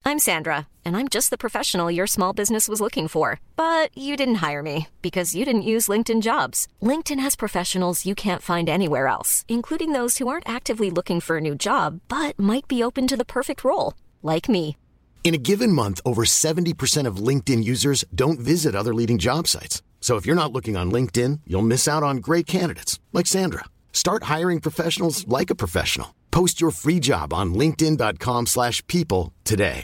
I'm Sandra, and I'm just the professional your small business was looking for. But you didn't hire me because you didn't use LinkedIn Jobs. LinkedIn has professionals you can't find anywhere else, including those who aren't actively looking for a new job, but might be open to the perfect role, like me. In a given month, over 70% of LinkedIn users don't visit other leading job sites. So if you're not looking on LinkedIn, you'll miss out on great candidates like Sandra. Start hiring professionals like a professional. Post your free job on linkedin.com/people today.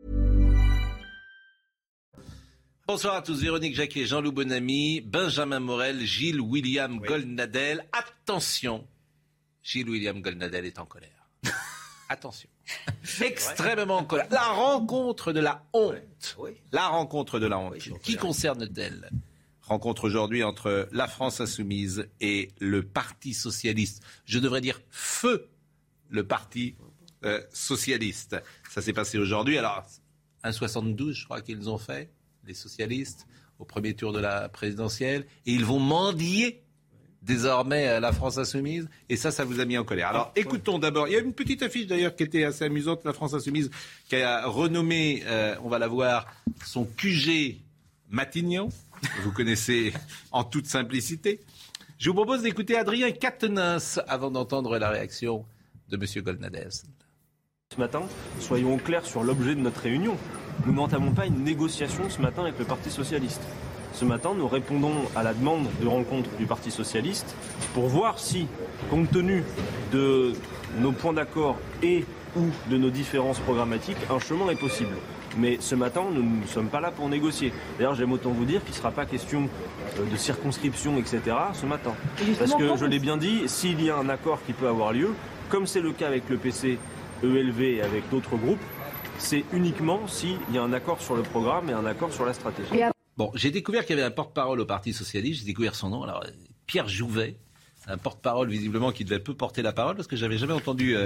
Bonsoir à tous, Véronique Jacquet, Jean-Loup Bonamy, Benjamin Morel, Gilles William Goldnadel. Attention, Gilles William Goldnadel est en colère. Attention. Extrêmement en colère. La rencontre de la honte. La rencontre de la honte. Qui concerne-t-elle ? Rencontre aujourd'hui entre la France Insoumise et le Parti Socialiste. Je devrais dire feu le Parti Socialiste. Ça s'est passé aujourd'hui. Alors, 1,72, je crois qu'ils ont fait, les socialistes, au premier tour de la présidentielle. Et ils vont mendier désormais la France Insoumise. Et ça vous a mis en colère. Alors, écoutons d'abord. Il y a une petite affiche d'ailleurs qui était assez amusante. La France Insoumise qui a renommé, on va la voir, son QG Matignon. Vous connaissez en toute simplicité. Je vous propose d'écouter Adrien Quatennens avant d'entendre la réaction de M. Goldnadel. Ce matin, soyons clairs sur l'objet de notre réunion. Nous n'entamons pas une négociation ce matin avec le Parti Socialiste. Ce matin, nous répondons à la demande de rencontre du Parti Socialiste pour voir si, compte tenu de nos points d'accord et ou de nos différences programmatiques, un chemin est possible. Mais ce matin, nous ne sommes pas là pour négocier. D'ailleurs, j'aime autant vous dire qu'il ne sera pas question de circonscription, etc. ce matin. Parce que, je l'ai bien dit, s'il y a un accord qui peut avoir lieu, comme c'est le cas avec le PC, ELV et avec d'autres groupes, c'est uniquement s'il y a un accord sur le programme et un accord sur la stratégie. Bon, j'ai découvert qu'il y avait un porte-parole au Parti Socialiste. J'ai découvert son nom. Alors, Pierre Jouvet. Un porte-parole visiblement qui devait peu porter la parole parce que je l'avais jamais entendu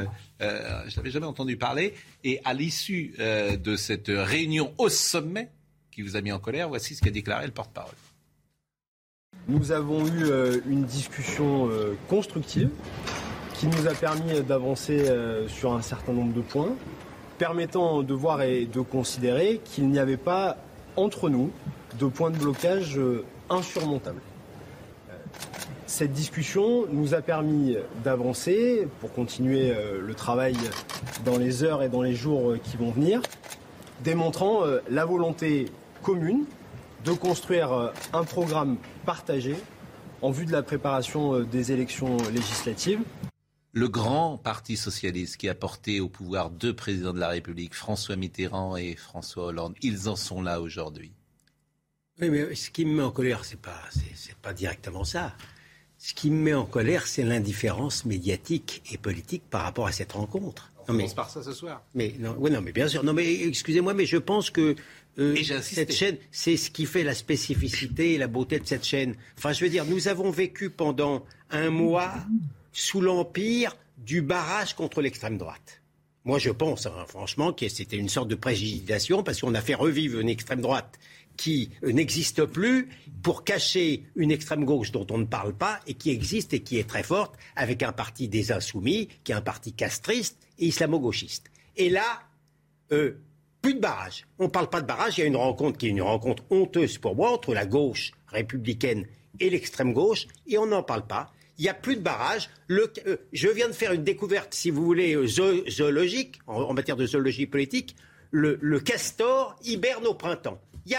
parler. Et à l'issue de cette réunion au sommet qui vous a mis en colère, voici ce qu'a déclaré le porte-parole. Nous avons eu une discussion constructive qui nous a permis d'avancer sur un certain nombre de points, permettant de voir et de considérer qu'il n'y avait pas entre nous de points de blocage insurmontables. Cette discussion nous a permis d'avancer pour continuer le travail dans les heures et dans les jours qui vont venir, démontrant la volonté commune de construire un programme partagé en vue de la préparation des élections législatives. Le grand Parti Socialiste qui a porté au pouvoir deux présidents de la République, François Mitterrand et François Hollande, ils en sont là aujourd'hui. Oui, mais ce qui me met en colère, c'est pas directement ça. Ce qui me met en colère, c'est l'indifférence médiatique et politique par rapport à cette rencontre. On commence par ça ce soir. Mais bien sûr. Non, mais excusez-moi, mais je pense que cette chaîne, c'est ce qui fait la spécificité et la beauté de cette chaîne. Enfin, je veux dire, nous avons vécu pendant un mois sous l'empire du barrage contre l'extrême droite. Moi, je pense, franchement, que c'était une sorte de préjudication parce qu'on a fait revivre une extrême droite qui n'existe plus pour cacher une extrême gauche dont on ne parle pas et qui existe et qui est très forte avec un parti des Insoumis qui est un parti castriste et islamo-gauchiste. Et là, plus de barrage. On ne parle pas de barrage. Il y a une rencontre qui est une rencontre honteuse pour moi entre la gauche républicaine et l'extrême gauche et on n'en parle pas. Il n'y a plus de barrage. Je viens de faire une découverte, si vous voulez, zoologique, en matière de zoologie politique. Le castor hiberne au printemps. Il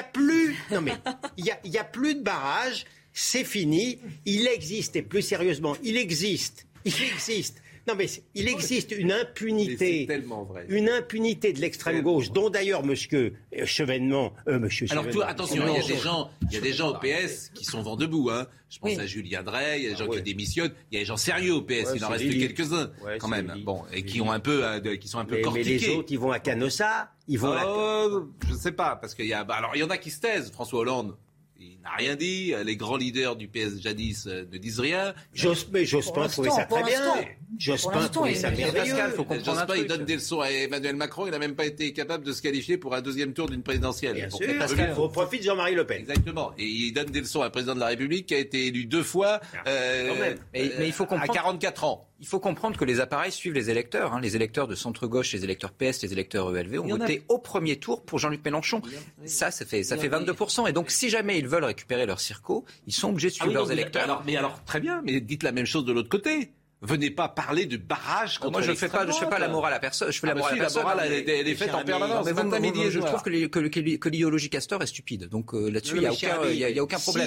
n'y a plus de barrage, c'est fini. Il existe, et plus sérieusement, il existe. Non mais il existe une impunité, une impunité de l'extrême gauche, dont d'ailleurs Monsieur Chevènement, Alors attention, il y a des gens au PS qui sont vent debout. Hein. Je pense à Julien Drey, il y a des gens qui démissionnent, il y a des gens sérieux au PS, il en reste quelques-uns quand même. Bon, et qui ont qui sont un peu cortiqués. Mais les autres, ils vont à Canossa, je sais pas, parce qu'il y a, alors il y en a qui se taisent. François Hollande, il n'a rien dit. Les grands leaders du PS jadis ne disent rien. Jospin trouvait ça très bien. Jospin trouvait ça merveilleux. Jospin, il donne des leçons à Emmanuel Macron. Il n'a même pas été capable de se qualifier pour un deuxième tour d'une présidentielle. Bien sûr, Pascal, au profit de Jean-Marie Le Pen. Exactement. Et il donne des leçons à un président de la République qui a été élu 2 fois mais il faut comprendre... à 44 ans. Il faut comprendre que les appareils suivent les électeurs. Les électeurs de centre-gauche, les électeurs PS, les électeurs ELV ont voté au premier tour pour Jean-Luc Mélenchon. Ça fait 22%. Et donc, si jamais ils veulent récupérer leur circo, ils sont obligés de suivre leurs électeurs. Alors, très bien, mais dites la même chose de l'autre côté. Venez pas parler de barrage contre moi, je fais pas la morale à personne. Je fais la morale à personne. La morale, elle est faite en permanence. Mais je trouve que l'idéologie Castor est stupide. Donc là-dessus, il y a aucun problème.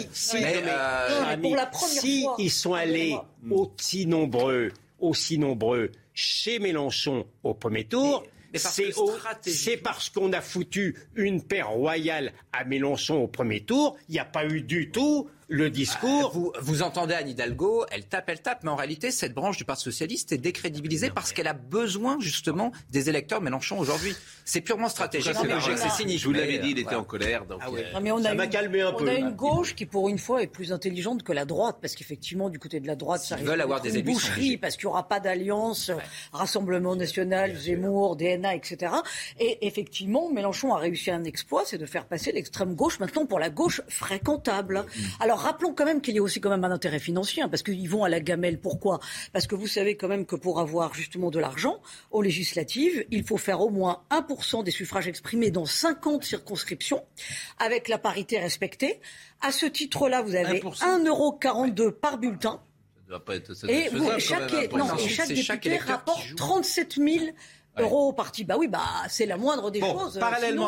Si ils sont allés aussi nombreux chez Mélenchon au premier tour, c'est parce qu'on a foutu une paix royale à Mélenchon au premier tour. Il n'y a pas eu du tout le discours. Vous entendez Anne Hidalgo, elle tape, mais en réalité, cette branche du Parti socialiste est décrédibilisée parce qu'elle a besoin justement des électeurs Mélenchon aujourd'hui. C'est purement stratégique, c'est cynique. Je vous l'avais dit, il était en colère. Donc ça m'a calmé un peu. On a une gauche qui, pour une fois, est plus intelligente que la droite, parce qu'effectivement, du côté de la droite, ça risque d'être une boucherie, parce qu'il n'y aura pas d'alliance, Rassemblement National, Zemmour, DNA, etc. Et effectivement, Mélenchon a réussi un exploit, c'est de faire passer l'extrême gauche maintenant pour la gauche fréquentable. Alors, rappelons quand même qu'il y a aussi quand même un intérêt financier, parce qu'ils vont à la gamelle. Pourquoi ? Parce que vous savez quand même que pour avoir justement de l'argent aux législatives, il faut faire au moins 1% des suffrages exprimés dans 50 circonscriptions, avec la parité respectée. À ce titre-là, vous avez 1,42 € par bulletin. Et chaque député rapporte 37 000 euros au parti. C'est la moindre des choses. Parallèlement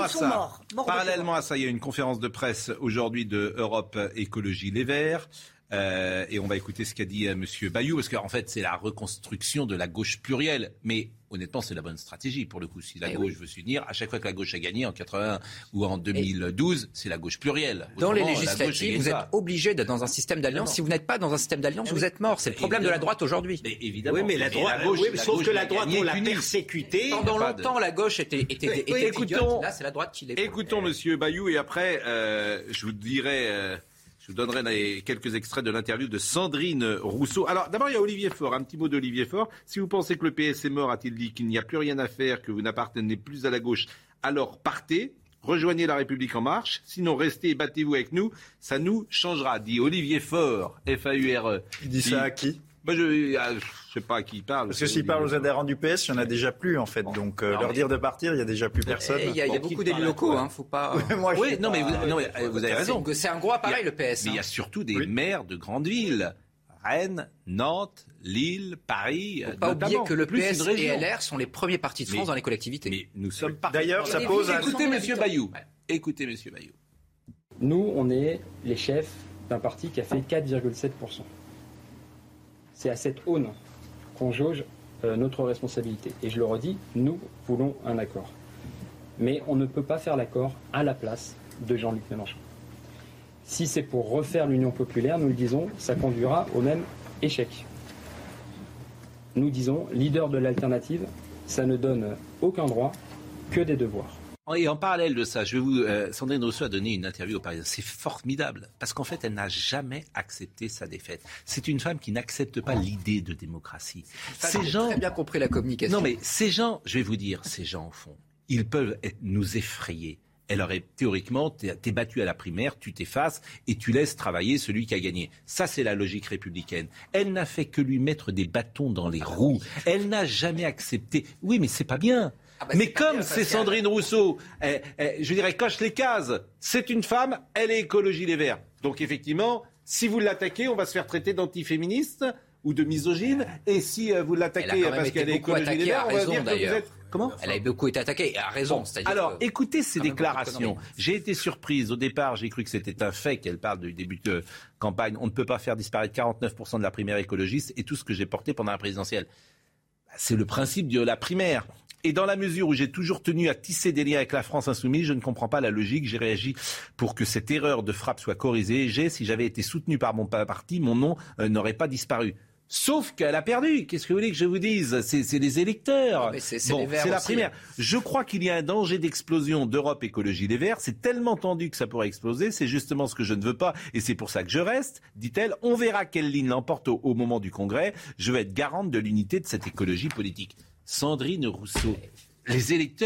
à ça, il y a une conférence de presse aujourd'hui de Europe Écologie Les Verts. Et on va écouter ce qu'a dit M. Bayou, parce qu'en fait, c'est la reconstruction de la gauche plurielle. Mais honnêtement, c'est la bonne stratégie pour le coup. Si la gauche veut s'unir, à chaque fois que la gauche a gagné en 81 ou en 2012, c'est la gauche plurielle. Dans les législatives, vous êtes obligé d'être dans un système d'alliance. Si vous n'êtes pas dans un système d'alliance, vous êtes mort. C'est le problème de la droite aujourd'hui. Mais évidemment. Oui, mais la droite, sauf que la droite, on l'a persécutée. Pendant longtemps, la gauche était idiote. Là, c'est la droite qui l'est. Écoutons M. Bayou et après, je vous donnerai quelques extraits de l'interview de Sandrine Rousseau. Alors, d'abord, il y a Olivier Faure. Un petit mot d'Olivier Faure. Si vous pensez que le PS est mort, a-t-il dit, qu'il n'y a plus rien à faire, que vous n'appartenez plus à la gauche, alors partez, rejoignez La République En Marche. Sinon, restez et battez-vous avec nous. Ça nous changera, dit Olivier Faure, Faure. Il dit ça à qui ? Je ne sais pas à qui il parle. Parce que s'il parle aux adhérents du PS, il n'y en a déjà plus, en fait. Donc, leur dire de partir, il n'y a déjà plus personne. Il y a beaucoup d'élus locaux, faut pas... vous avez raison. C'est un gros appareil, le PS. Mais il y a surtout des maires de grandes villes. Rennes, Nantes, Lille, Paris. Il ne faut pas oublier que le PS et LR sont les premiers partis de France dans les collectivités. Mais nous sommes pas... D'ailleurs, ça pose... Écoutez, M. Bayou. Écoutez, M. Bayou. Nous, on est les chefs d'un parti qui a fait 4,7%. C'est à cette aune qu'on jauge notre responsabilité. Et je le redis, nous voulons un accord. Mais on ne peut pas faire l'accord à la place de Jean-Luc Mélenchon. Si c'est pour refaire l'Union populaire, nous le disons, ça conduira au même échec. Nous disons, leader de l'alternative, ça ne donne aucun droit que des devoirs. Et en parallèle de ça, Sandrine Rousseau a donné une interview au Parisien. C'est formidable, parce qu'en fait, elle n'a jamais accepté sa défaite. C'est une femme qui n'accepte pas l'idée de démocratie. Ces gens, très bien compris la communication. Non, mais ces gens, je vais vous dire, ces gens, au fond, ils peuvent nous effrayer. Elle aurait, théoriquement, t'es battu à la primaire, tu t'effaces et tu laisses travailler celui qui a gagné. Ça, c'est la logique républicaine. Elle n'a fait que lui mettre des bâtons dans les roues. Elle n'a jamais accepté. Oui, mais c'est pas bien. Mais comme c'est Sandrine Rousseau, je dirais, coche les cases. C'est une femme, elle est Écologie Les Verts. Donc effectivement, si vous l'attaquez, on va se faire traiter d'antiféministe ou de misogyne. Et si vous l'attaquez parce qu'elle est Écologie Les Verts, on va dire que vous êtes... Comment ? Elle a beaucoup été attaquée, et à raison. Alors, écoutez ces déclarations. J'ai été surprise. Au départ, j'ai cru que c'était un fait qu'elle parle du début de campagne. On ne peut pas faire disparaître 49% de la primaire écologiste et tout ce que j'ai porté pendant la présidentielle. C'est le principe de la primaire. Et dans la mesure où j'ai toujours tenu à tisser des liens avec la France insoumise, je ne comprends pas la logique. J'ai réagi pour que cette erreur de frappe soit corrigée. Si j'avais été soutenu par mon parti, mon nom n'aurait pas disparu. Sauf qu'elle a perdu. Qu'est-ce que vous voulez que je vous dise ? C'est les électeurs. C'est la primaire. Je crois qu'il y a un danger d'explosion d'Europe Écologie Les Verts. C'est tellement tendu que ça pourrait exploser. C'est justement ce que je ne veux pas. Et c'est pour ça que je reste, dit-elle. On verra quelle ligne l'emporte au moment du Congrès. Je vais être garante de l'unité de cette écologie politique. Sandrine Rousseau. Les électeurs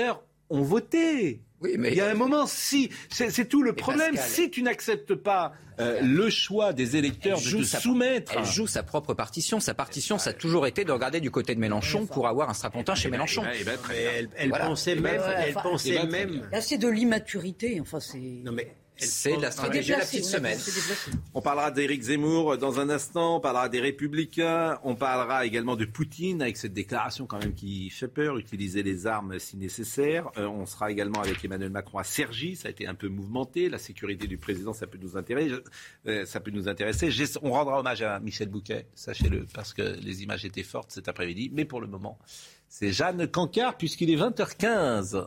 ont voté. Oui, mais il y a un moment, si c'est tout le problème. Pascal, si tu n'acceptes pas le choix des électeurs de te soumettre, elle joue sa propre partition. Sa partition, ça a toujours été de regarder du côté de Mélenchon pour avoir un strapontin chez Mélenchon. Elle pensait même. Là, c'est de l'immaturité. Enfin, c'est. Non mais. C'est la stratégie de la petite semaine. On parlera d'Éric Zemmour dans un instant, on parlera des Républicains, on parlera également de Poutine avec cette déclaration quand même qui fait peur, utiliser les armes si nécessaire. On sera également avec Emmanuel Macron à Cergy, ça a été un peu mouvementé, la sécurité du président, ça peut nous intéresser. On rendra hommage à Michel Bouquet, sachez-le, parce que les images étaient fortes cet après-midi, mais pour le moment, c'est Jeanne Cancard puisqu'il est 20h15.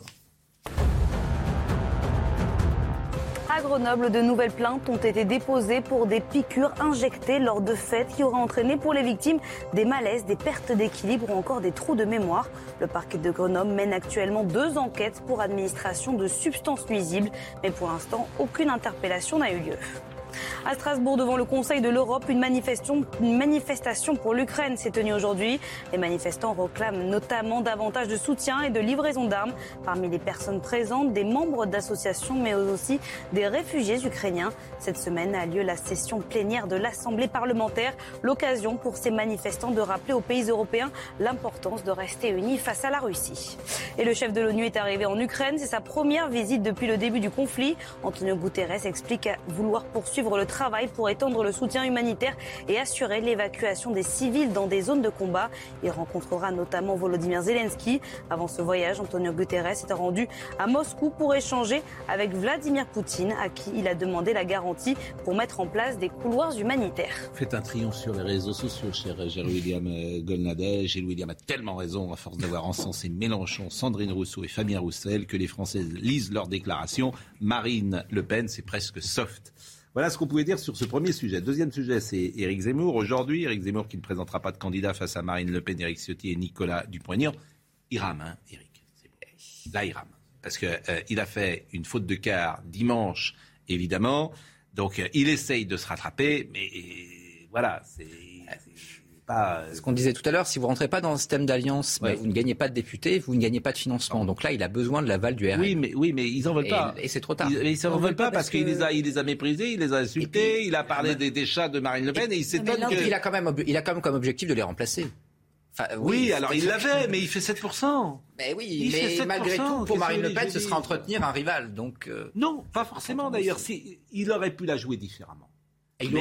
À Grenoble, de nouvelles plaintes ont été déposées pour des piqûres injectées lors de fêtes qui auraient entraîné pour les victimes des malaises, des pertes d'équilibre ou encore des trous de mémoire. Le parquet de Grenoble mène actuellement 2 enquêtes pour administration de substances nuisibles, mais pour l'instant, aucune interpellation n'a eu lieu. À Strasbourg, devant le Conseil de l'Europe, une manifestation pour l'Ukraine s'est tenue aujourd'hui. Les manifestants réclament notamment davantage de soutien et de livraison d'armes. Parmi les personnes présentes, des membres d'associations, mais aussi des réfugiés ukrainiens. Cette semaine a lieu la session plénière de l'Assemblée parlementaire. L'occasion pour ces manifestants de rappeler aux pays européens l'importance de rester unis face à la Russie. Et le chef de l'ONU est arrivé en Ukraine. C'est sa première visite depuis le début du conflit. Antonio Guterres explique vouloir poursuivre le travail pour étendre le soutien humanitaire et assurer l'évacuation des civils dans des zones de combat. Il rencontrera notamment Volodymyr Zelensky. Avant ce voyage, Antonio Guterres est rendu à Moscou pour échanger avec Vladimir Poutine, à qui il a demandé la garantie pour mettre en place des couloirs humanitaires. Faites un triomphe sur les réseaux sociaux, cher William Goldnadel. Gilles William a tellement raison, à force d'avoir encensé Mélenchon, Sandrine Rousseau et Fabien Roussel, que les Français lisent leurs déclarations. Marine Le Pen, c'est presque soft. Voilà ce qu'on pouvait dire sur ce premier sujet. Deuxième sujet, c'est Éric Zemmour. Aujourd'hui, Éric Zemmour qui ne présentera pas de candidat face à Marine Le Pen, Éric Ciotti et Nicolas Dupont-Aignan. Il rame, hein, Éric. Là, il rame. Parce qu'il a fait une faute de quart dimanche, évidemment. Donc, il essaye de se rattraper, mais voilà, c'est pas... Ce qu'on disait tout à l'heure, si vous ne rentrez pas dans un système d'alliance, vous ne gagnez pas de députés, vous ne gagnez pas de financement. Donc là, il a besoin de l'aval du RN. Oui, mais ils n'en veulent pas. Et c'est trop tard. Ils n'en veulent pas parce qu'il les a méprisés, il les a insultés, il a parlé des chats de Marine Le Pen et il s'étonne que... Il a quand même comme objectif de les remplacer. Enfin, oui, alors il l'avait, mais il fait 7%. Mais oui, mais malgré tout, pour Marine Le Pen, ce sera entretenir un rival. Donc non, pas forcément d'ailleurs. Il aurait pu la jouer différemment. S'il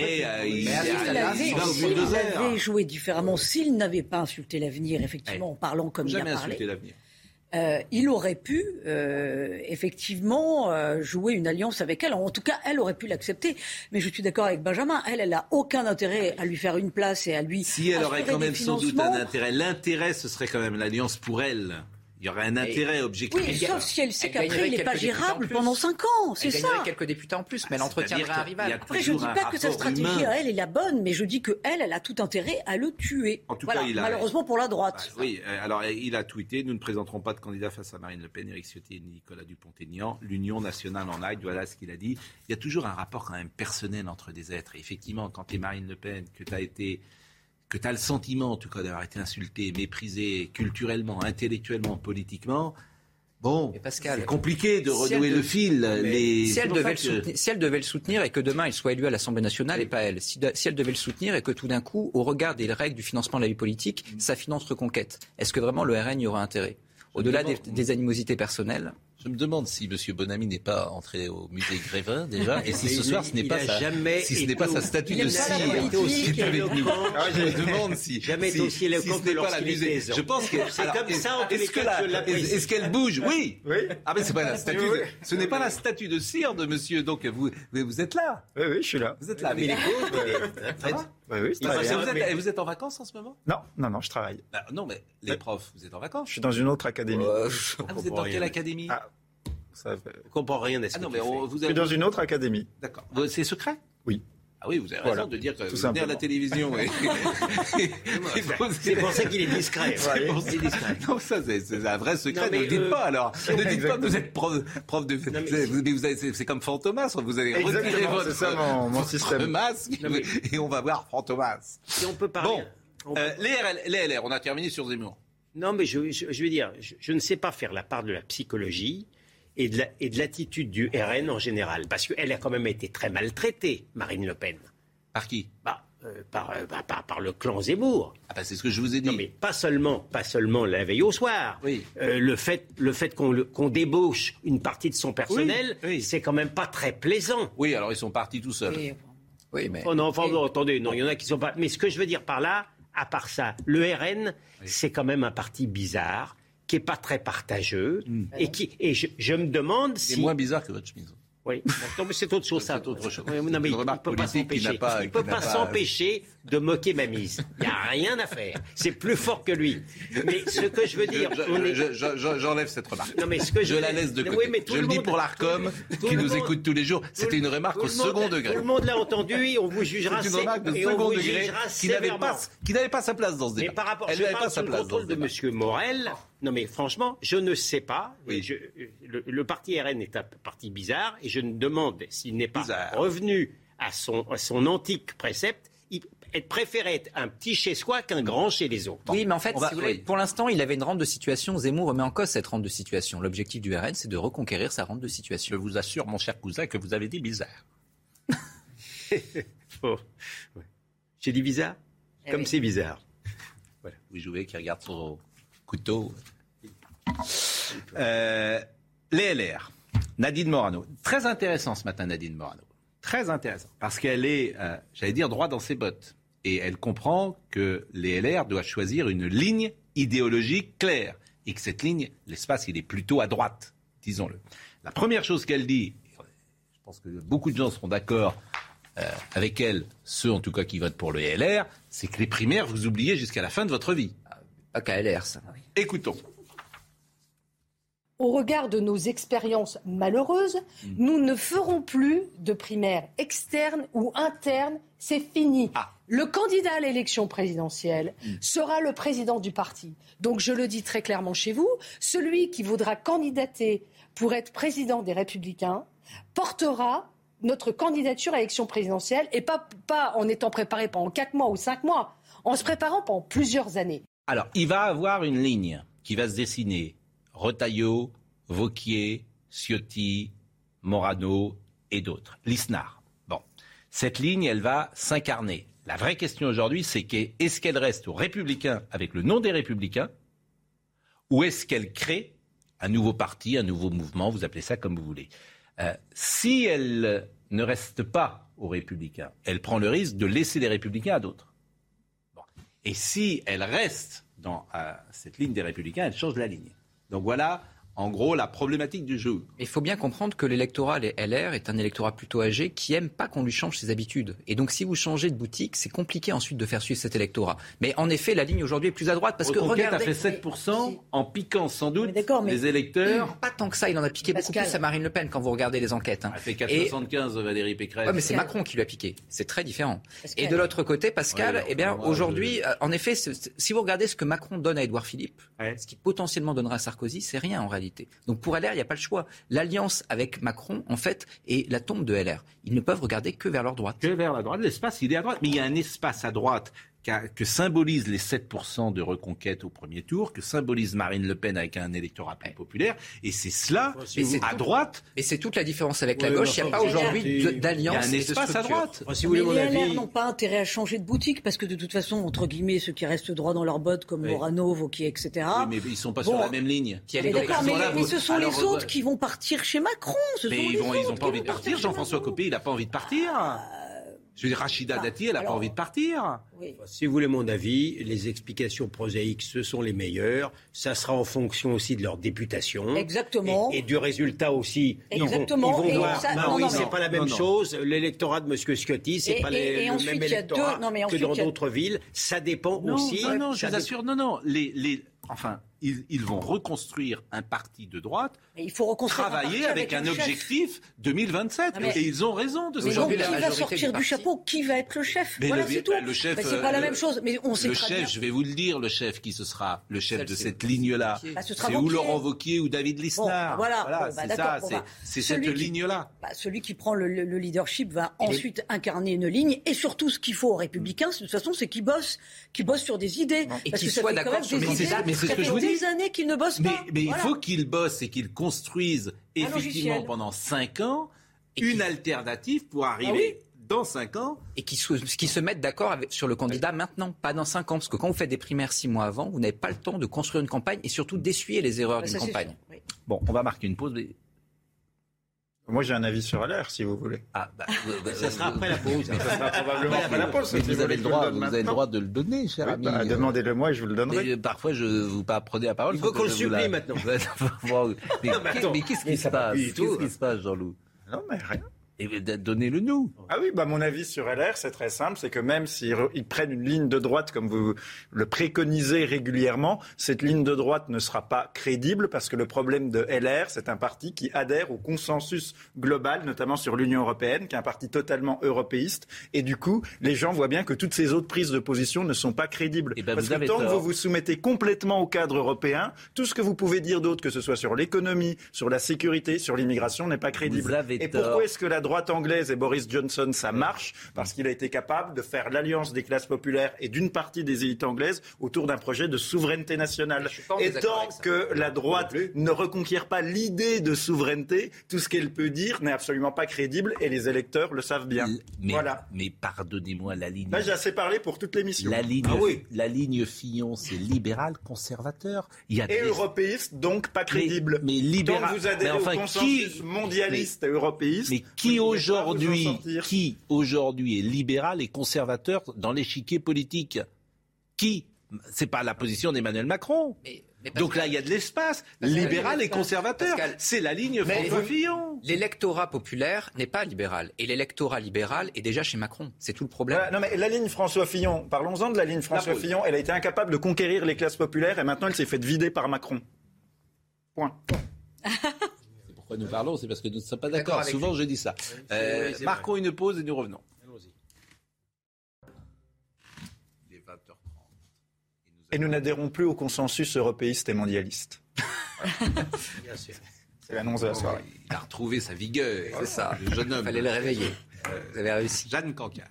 avait joué différemment, s'il n'avait pas insulté l'avenir, effectivement, en parlant comme il a parlé. Insulté l'avenir. Il aurait pu effectivement jouer une alliance avec elle. En tout cas, elle aurait pu l'accepter. Mais je suis d'accord avec Benjamin. Elle n'a aucun intérêt à lui faire une place et à lui. Si elle aurait quand même sans doute un intérêt. L'intérêt, ce serait quand même l'alliance pour elle. Il y aurait un intérêt objectif. Oui, sauf si elle sait qu'après, il n'est pas gérable pendant 5 ans. C'est ça. Elle gagnerait quelques députés en plus, mais elle entretiendrait un rival. Après, je ne dis pas que sa stratégie à elle est la bonne, mais je dis qu'elle a tout intérêt à le tuer. En tout cas, malheureusement pour la droite. Oui, alors il a tweeté, nous ne présenterons pas de candidat face à Marine Le Pen, Éric Ciotti et Nicolas Dupont-Aignan. L'Union nationale en aide, voilà ce qu'il a dit. Il y a toujours un rapport quand même personnel entre des êtres. Et effectivement, quand tu es Marine Le Pen, que tu as le sentiment, en tout cas, d'avoir été insulté, méprisé culturellement, intellectuellement, politiquement... Bon, Pascal, c'est compliqué de renouer le fil. Si elle devait le soutenir et que demain il soit élu à l'Assemblée nationale et pas elle, si elle devait le soutenir et que tout d'un coup, au regard des règles du financement de la vie politique, ça finance Reconquête, est-ce que vraiment le RN y aura intérêt ? Au-delà des animosités personnelles. Je me demande si M. Bonamy n'est pas entré au musée Grévin déjà, et si ce soir ce n'est pas sa statue de cire qui est avec nous. Je me demande si ce n'est pas la musée. Je pense que c'est comme ça. Est-ce qu'elle bouge ? Oui. Ah mais c'est pas la statue. Ce n'est pas la statue de cire de monsieur. Donc vous êtes là. Oui, je suis là. Vous êtes là. Mais vous êtes en vacances en ce moment ? Non, je travaille. Non, mais les profs, vous êtes en vacances ? Je suis dans une autre académie. Vous êtes dans quelle académie ? Je ne comprends rien à ce que je suis dans une autre académie. D'accord. C'est secret ? Oui. Ah oui, vous avez raison de dire que vous venez à la télévision. C'est pour ça qu'il est discret. Non, ça c'est un vrai secret. Ne le dites pas alors. Ne dites pas que vous êtes prof de... C'est comme Fantomas. Vous allez retirer votre masque et on va voir Fantomas. Si on peut parler... Bon, les LR, on a terminé sur Zemmour. Non, mais je veux dire, je ne sais pas faire la part de la psychologie et de l'attitude du RN en général. Parce qu'elle a quand même été très maltraitée, Marine Le Pen. Par qui ? Par le clan Zemmour. C'est ce que je vous ai dit. Non, mais pas seulement la veille au soir. Oui. Le fait qu'on débauche une partie de son personnel, c'est quand même pas très plaisant. Oui, alors ils sont partis tout seuls. Oui, mais... Attendez, non, il y en a qui sont pas... Mais ce que je veux dire par là, à part ça, le RN, c'est quand même un parti bizarre, qui n'est pas très partageux, et je me demande si... C'est moins bizarre que votre chemise. Oui, non, mais c'est autre chose, ça. C'est autre chose. Non, mais il ne peut pas s'empêcher de moquer ma mise. Il n'y a rien à faire. C'est plus fort que lui. Mais ce que je veux dire... J'enlève cette remarque. Non, mais ce que je la laisse de côté. Oui, mais je le dis pour l'ARCOM, qui nous écoute tous les jours. C'était une remarque au second degré. Tout le monde l'a entendu et on vous jugera sévèrement. C'est une remarque de second degré qui n'avait pas sa place dans ce débat. Mais par rapport au contrôle de M. Morel... Non mais franchement, je ne sais pas. Oui. Le parti RN est un parti bizarre et je me demande s'il n'est pas revenu à son antique précepte. Il préférait être un petit chez soi qu'un grand chez les autres. Oui, mais en fait, si vous voulez, pour l'instant, il avait une rente de situation. Zemmour remet en cause cette rente de situation. L'objectif du RN, c'est de reconquérir sa rente de situation. Je vous assure, mon cher cousin, que vous avez dit bizarre. J'ai dit bizarre ? Comme c'est bizarre. Voilà. Vous jouez qui regarde son couteau. Les LR. Nadine Morano. Très intéressant ce matin, Nadine Morano. Très intéressant. Parce qu'elle est, j'allais dire, droit dans ses bottes. Et elle comprend que les LR doivent choisir une ligne idéologique claire. Et que cette ligne, l'espace, il est plutôt à droite, disons-le. La première chose qu'elle dit, je pense que beaucoup de gens seront d'accord avec elle, ceux en tout cas qui votent pour le LR, c'est que les primaires, vous oubliez jusqu'à la fin de votre vie. Pas qu'à LR, ça. Écoutons. Au regard de nos expériences malheureuses, nous ne ferons plus de primaires externes ou internes. C'est fini. Le candidat à l'élection présidentielle sera le président du parti. Donc je le dis très clairement chez vous, celui qui voudra candidater pour être président des Républicains portera notre candidature à l'élection présidentielle et pas en étant préparé pendant 4 mois ou 5 mois, en se préparant pendant plusieurs années. Alors, il va avoir une ligne qui va se dessiner. Retailleau, Wauquiez, Ciotti, Morano et d'autres. Lisnard. Bon. Cette ligne, elle va s'incarner. La vraie question aujourd'hui, c'est est-ce qu'elle reste aux Républicains avec le nom des Républicains ou est-ce qu'elle crée un nouveau parti, un nouveau mouvement, vous appelez ça comme vous voulez. Si elle ne reste pas aux Républicains, elle prend le risque de laisser les Républicains à d'autres. Bon. Et si elle reste dans cette ligne des Républicains, elle change la ligne. Donc voilà, en gros, la problématique du jeu. Il faut bien comprendre que l'électorat LR est un électorat plutôt âgé qui n'aime pas qu'on lui change ses habitudes. Et donc, si vous changez de boutique, c'est compliqué ensuite de faire suivre cet électorat. Mais en effet, la ligne aujourd'hui est plus à droite parce que Reconquête a fait 7% en piquant sans doute les électeurs. Pas tant que ça, il en a piqué beaucoup plus à Marine Le Pen quand vous regardez les enquêtes. Elle fait 4,75 Valérie Pécresse. Ouais, mais c'est Macron qui lui a piqué. C'est très différent. Et de l'autre côté, Pascal, aujourd'hui, en effet, si vous regardez ce que Macron donne à Édouard Philippe, ce qui potentiellement donnera à Sarkozy, c'est rien en réalité. Donc pour LR, il n'y a pas le choix. L'alliance avec Macron, en fait, est la tombe de LR. Ils ne peuvent regarder que vers leur droite. Que vers la droite. L'espace, il est à droite. Mais il y a un espace à droite que symbolisent les 7% de Reconquête au premier tour, que symbolise Marine Le Pen avec un électorat plus populaire. Et c'est cela, à droite. Et c'est toute la différence avec la gauche. Il n'y a pas aujourd'hui d'alliance. Il y a un espace à droite. Si vous voulez, les LR n'ont pas intérêt à changer de boutique parce que de toute façon, entre guillemets, ceux qui restent droits dans leurs bottes, comme Morano, Wauquiez, etc. Oui, mais ils ne sont pas sur la même ligne. Mais ce sont les autres qui vont partir chez Macron. Mais ils n'ont pas envie de partir. Jean-François Copé, il n'a pas envie de partir. Je veux dire, Rachida Dati, elle n'a pas envie de partir. Oui. Si vous voulez mon avis, les explications prosaïques, ce sont les meilleures. Ça sera en fonction aussi de leur députation. Exactement. Et du résultat aussi. Exactement. Ils vont voir. C'est pas la même chose. L'électorat de M. Sciotti, c'est pas le même électorat que dans d'autres villes. Ça dépend aussi. Non, je vous assure. Non. Enfin, ils vont reconstruire un parti de droite, mais il faut reconstruire travailler avec un objectif 2027. Et ils ont raison de se changer. Qui va sortir du chapeau? Qui va être le chef? Voilà, c'est tout. Le chef, c'est pas la même chose. Mais on sait le très chef, bien. je vais vous le dire, le chef qui ce sera le chef de cette ligne-là, c'est ou Laurent Wauquiez ou David Lisnard. C'est cette ligne-là. Celui qui prend le leadership va ensuite incarner une ligne. Et surtout, ce qu'il faut aux Républicains, de toute façon, c'est qu'ils bossent sur des idées. Et qu'ils soient d'accord sur des idées. Mais c'est ce que je vous dis. Des années qu'ils ne bossent pas. Mais il faut qu'ils bossent et qu'ils construisent effectivement pendant 5 ans une alternative pour arriver dans 5 ans. Et qui se mettent d'accord sur le candidat maintenant, pas dans 5 ans. Parce que quand vous faites des primaires 6 mois avant, vous n'avez pas le temps de construire une campagne et surtout d'essuyer les erreurs d'une campagne. Bon, on va marquer une pause. Moi, j'ai un avis sur LR, si vous voulez. Ça sera après la pause. Ça sera probablement après la pause. Mais vous avez le droit de le donner, cher ami. Demandez-le moi et je vous le donnerai. Parfois, je vous prenez la parole. Il faut qu'on le supplie maintenant. Mais qu'est-ce qui se passe? Qu'est-ce qui se passe, Jean-Loup? Non, mais rien. Et donnez-le nous. Ah oui, mon avis sur LR, c'est très simple, c'est que même s'ils prennent une ligne de droite comme vous le préconisez régulièrement, cette ligne de droite ne sera pas crédible parce que le problème de LR, c'est un parti qui adhère au consensus global, notamment sur l'Union européenne, qui est un parti totalement européiste. Et du coup, les gens voient bien que toutes ces autres prises de position ne sont pas crédibles. Parce que tant que vous vous soumettez complètement au cadre européen, tout ce que vous pouvez dire d'autre, que ce soit sur l'économie, sur la sécurité, sur l'immigration, n'est pas crédible. Et pourquoi est-ce que la droite anglaise et Boris Johnson, ça marche? Parce qu'il a été capable de faire l'alliance des classes populaires et d'une partie des élites anglaises autour d'un projet de souveraineté nationale. Et tant que la droite ne reconquiert pas l'idée de souveraineté, tout ce qu'elle peut dire n'est absolument pas crédible et les électeurs le savent bien. Mais pardonnez-moi, la ligne... Là, j'ai assez parlé pour toute l'émission. La ligne Fillon, c'est libéral, conservateur. Et européiste, donc pas crédible. Mais libéral. Tant que vous adhérez au consensus mondialiste et européiste... Mais qui aujourd'hui est libéral et conservateur dans l'échiquier politique? Qui? C'est pas la position d'Emmanuel Macron. Donc là, il y a de l'espace. Libéral et conservateur. C'est la ligne François Fillon. L'électorat populaire n'est pas libéral. Et l'électorat libéral est déjà chez Macron. C'est tout le problème. Non, mais la ligne François Fillon, parlons-en de la ligne François Fillon. Elle a été incapable de conquérir les classes populaires et maintenant elle s'est faite vider par Macron. Point. Pourquoi nous parlons? C'est parce que nous ne sommes pas d'accord. Souvent, je dis ça. Marquons une pause et nous revenons. Il est 20h30. Et nous n'adhérons plus au consensus européiste et mondialiste. Bien sûr. C'est l'annonce de la soirée. Il a retrouvé sa vigueur. C'est ça. Le jeune homme. Il fallait le réveiller. Vous avez réussi. Jeanne Cancard.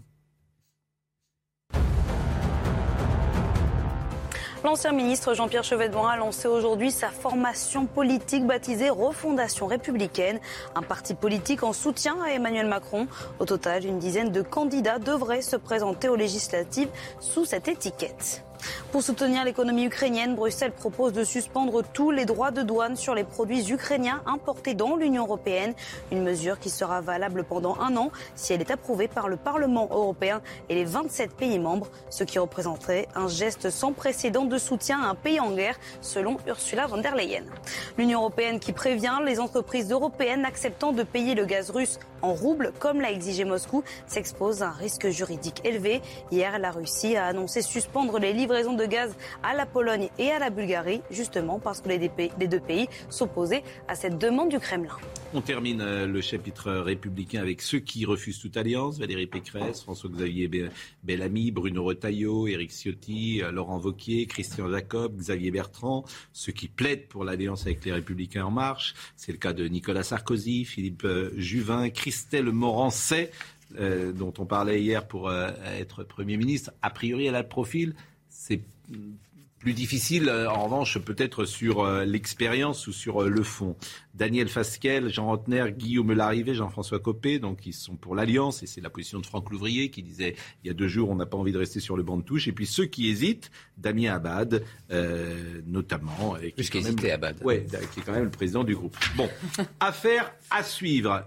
L'ancien ministre Jean-Pierre Chevènement a lancé aujourd'hui sa formation politique baptisée Refondation républicaine, un parti politique en soutien à Emmanuel Macron. Au total, une dizaine de candidats devraient se présenter aux législatives sous cette étiquette. Pour soutenir l'économie ukrainienne, Bruxelles propose de suspendre tous les droits de douane sur les produits ukrainiens importés dans l'Union européenne. Une mesure qui sera valable pendant 1 an si elle est approuvée par le Parlement européen et les 27 pays membres, ce qui représenterait un geste sans précédent de soutien à un pays en guerre, selon Ursula von der Leyen. L'Union européenne qui prévient les entreprises européennes acceptant de payer le gaz russe en roubles, comme l'a exigé Moscou, s'expose à un risque juridique élevé. Hier, la Russie a annoncé suspendre les livraisons de gaz à la Pologne et à la Bulgarie, justement parce que les deux pays s'opposaient à cette demande du Kremlin. On termine le chapitre républicain avec ceux qui refusent toute alliance. Valérie Pécresse, François-Xavier Bellamy, Bruno Retailleau, Éric Ciotti, Laurent Wauquiez, Christian Jacob, Xavier Bertrand. Ceux qui plaident pour l'alliance avec les Républicains En Marche. C'est le cas de Nicolas Sarkozy, Philippe Juvin, Christelle Morançais, dont on parlait hier pour être Premier ministre. A priori, elle a le profil. C'est plus difficile, en revanche, peut-être sur l'expérience ou sur le fond. Daniel Fasquelle, Jean Rotner, Guillaume Larrivé, Jean-François Copé, donc ils sont pour l'Alliance, et c'est la position de Franck Louvrier qui disait il y a 2 jours on n'a pas envie de rester sur le banc de touche. Et puis ceux qui hésitent, Damien Abad, notamment. Plus qu'hésiter, Abad. Oui, qui est quand même le président du groupe. Bon, affaire à suivre.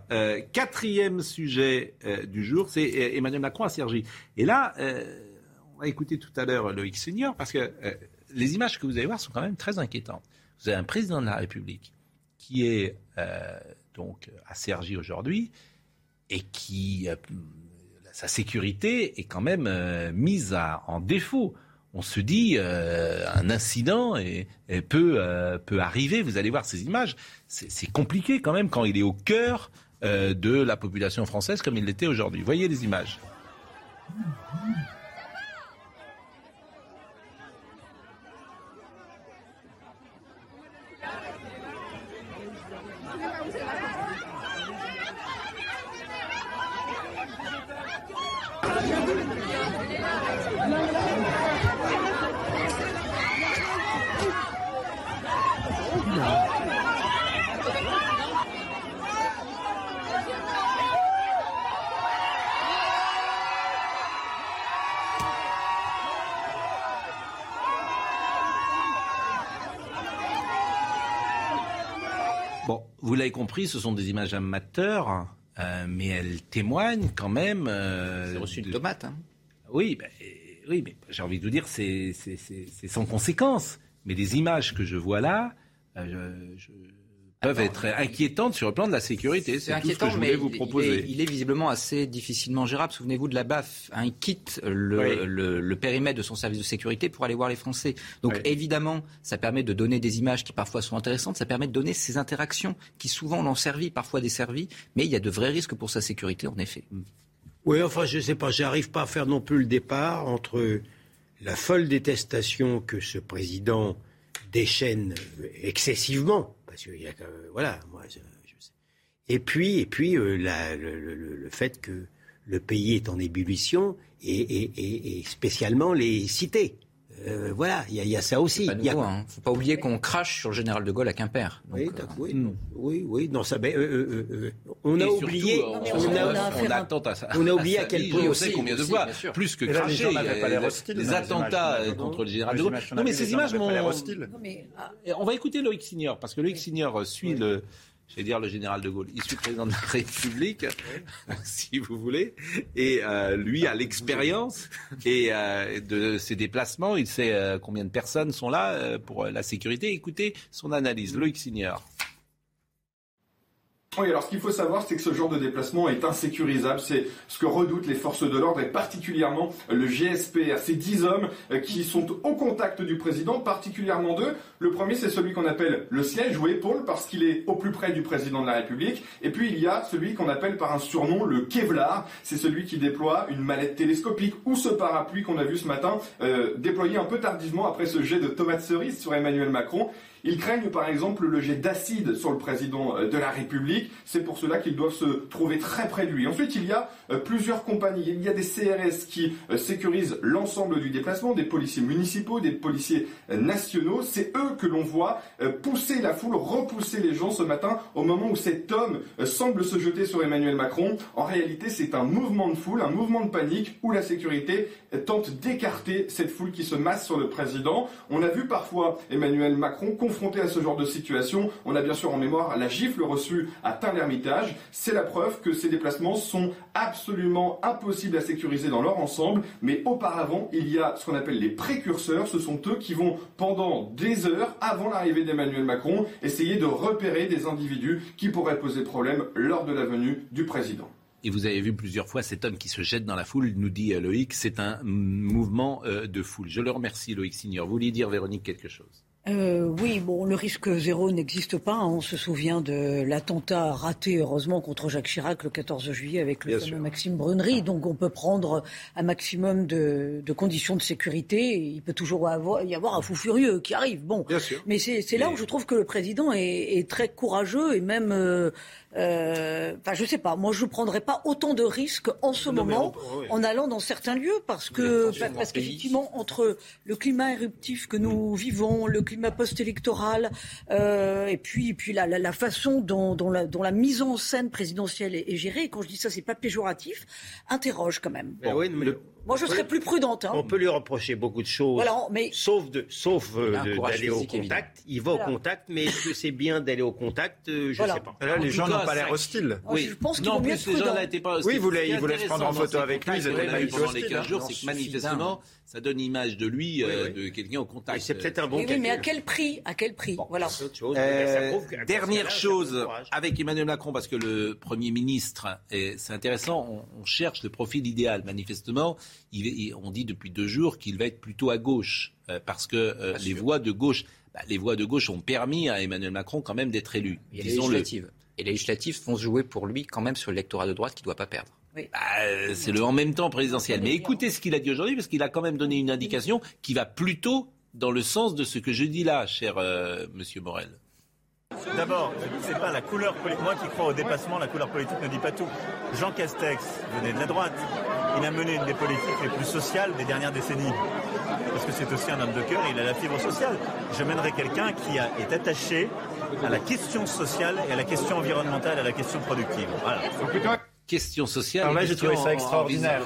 4e sujet du jour, c'est Emmanuel Macron à Cergy. Et là, on va écouter tout à l'heure Loïc Senior, parce que les images que vous allez voir sont quand même très inquiétantes. Vous avez un président de la République qui est donc à Cergy aujourd'hui et qui sa sécurité est quand même mise en défaut. on se dit un incident peut arriver. Vous allez voir ces images. C'est compliqué quand même quand il est au cœur de la population française comme il l'était aujourd'hui. Voyez les images. Bon, vous l'avez compris, ce sont des images amateurs, mais elles témoignent quand même... c'est reçu une tomate, hein. Oui, mais j'ai envie de vous dire, c'est sans conséquence. Mais les images que je vois là, peuvent être inquiétantes sur le plan de la sécurité. C'est inquiétant, tout ce que je voulais vous proposer. Il est visiblement assez difficilement gérable. Souvenez-vous de la BAF. Il quitte le périmètre de son service de sécurité pour aller voir les Français. Donc évidemment, ça permet de donner des images qui parfois sont intéressantes. Ça permet de donner ces interactions qui souvent l'ont servi, parfois desservi. Mais il y a de vrais risques pour sa sécurité, en effet. Oui, enfin, je ne sais pas. J'arrive pas à faire non plus le départ entre la folle détestation que ce président déchaîne excessivement. Parce que voilà, moi, je sais. Et puis le fait que le pays est en ébullition et spécialement les cités. Voilà, il y a ça aussi. Il ne faut pas oublier qu'on crache sur le général de Gaulle à Quimper. Donc, oui, non, ça. On a oublié. On a oublié à quel point aussi. Combien de fois, plus que cracher, les attentats contre le général de Gaulle. Non, mais ces images m'ont. On va écouter Loïc Signor, parce que Loïc Signor suit le général de Gaulle. Il suit le président de la République, si vous voulez. Et lui a l'expérience de ses déplacements. Il sait combien de personnes sont là pour la sécurité. Écoutez son analyse. Loïc Signor. Oui, alors ce qu'il faut savoir, c'est que ce genre de déplacement est insécurisable. C'est ce que redoutent les forces de l'ordre et particulièrement le GSPR. Ces 10 hommes qui sont au contact du président, particulièrement deux. Le premier, c'est celui qu'on appelle le siège ou épaule parce qu'il est au plus près du président de la République. Et puis il y a celui qu'on appelle par un surnom le Kevlar. C'est celui qui déploie une mallette télescopique ou ce parapluie qu'on a vu ce matin déployé un peu tardivement après ce jet de tomates cerises sur Emmanuel Macron. Ils craignent par exemple le jet d'acide sur le président de la République. C'est pour cela qu'ils doivent se trouver très près de lui. Ensuite, il y a plusieurs compagnies. Il y a des CRS qui sécurisent l'ensemble du déplacement, des policiers municipaux, des policiers nationaux. C'est eux que l'on voit pousser la foule, repousser les gens ce matin au moment où cet homme semble se jeter sur Emmanuel Macron. En réalité, c'est un mouvement de foule, un mouvement de panique où la sécurité tente d'écarter cette foule qui se masse sur le président. On a vu parfois Emmanuel Macron confronté à ce genre de situation. On a bien sûr en mémoire la gifle reçue à Tain-l'Hermitage. C'est la preuve que ces déplacements sont absolument impossibles à sécuriser dans leur ensemble. Mais auparavant, il y a ce qu'on appelle les précurseurs. Ce sont eux qui vont, pendant des heures avant l'arrivée d'Emmanuel Macron, essayer de repérer des individus qui pourraient poser problème lors de la venue du président. Et vous avez vu plusieurs fois cet homme qui se jette dans la foule, nous dit Loïc, c'est un mouvement de foule. Je le remercie, Loïc Signor. Vous vouliez dire, Véronique, quelque chose ? Oui, bon, le risque zéro n'existe pas. On se souvient de l'attentat raté, heureusement, contre Jacques Chirac le 14 juillet avec le fameux Maxime Brunerie. Donc on peut prendre un maximum de conditions de sécurité. Il peut toujours y avoir un fou furieux qui arrive. Bon, mais c'est là où je trouve que le président est très courageux et même... je sais pas. Moi, je ne prendrais pas autant de risques en ce moment en allant dans certains lieux parce qu'effectivement, entre le climat éruptif que nous vivons, le climat post-électoral, et puis la façon dont la mise en scène présidentielle est gérée. Et quand je dis ça, c'est pas péjoratif. Interroge quand même. Moi, je serais plus prudente. On peut lui reprocher beaucoup de choses, sauf d'aller au contact. Il va au contact, mais est-ce que c'est bien d'aller au contact ? Je ne sais pas. Là, les gens n'ont pas l'air hostiles. Je pense qu'il vaut mieux être prudent. Oui, vous voulez se prendre en photo avec lui. Pendant les 15 jours, c'est que manifestement, ça donne l'image de lui, de quelqu'un au contact. C'est peut-être un bon calcul. Oui, mais à quel prix ? Voilà. Dernière chose avec Emmanuel Macron, parce que le Premier ministre, c'est intéressant, on cherche le profil idéal, manifestement. on dit depuis 2 jours qu'il va être plutôt à gauche, parce que les voix de gauche ont permis à Emmanuel Macron quand même d'être élu. Et les législatives vont se jouer pour lui quand même sur l'électorat de droite qu'il ne doit pas perdre. Oui. C'est le en même temps présidentiel. Mais écoutez ce qu'il a dit aujourd'hui, parce qu'il a quand même donné une indication qui va plutôt dans le sens de ce que je dis là, cher Monsieur Morel. D'abord, c'est pas la couleur politique. Moi qui crois au dépassement, la couleur politique ne dit pas tout. Jean Castex venait de la droite. Il a mené une des politiques les plus sociales des dernières décennies. Parce que c'est aussi un homme de cœur et il a la fibre sociale. Je mènerai quelqu'un qui est attaché à la question sociale et à la question environnementale, à la question productive. Voilà. Question sociale. Alors là, j'ai trouvé ça extraordinaire.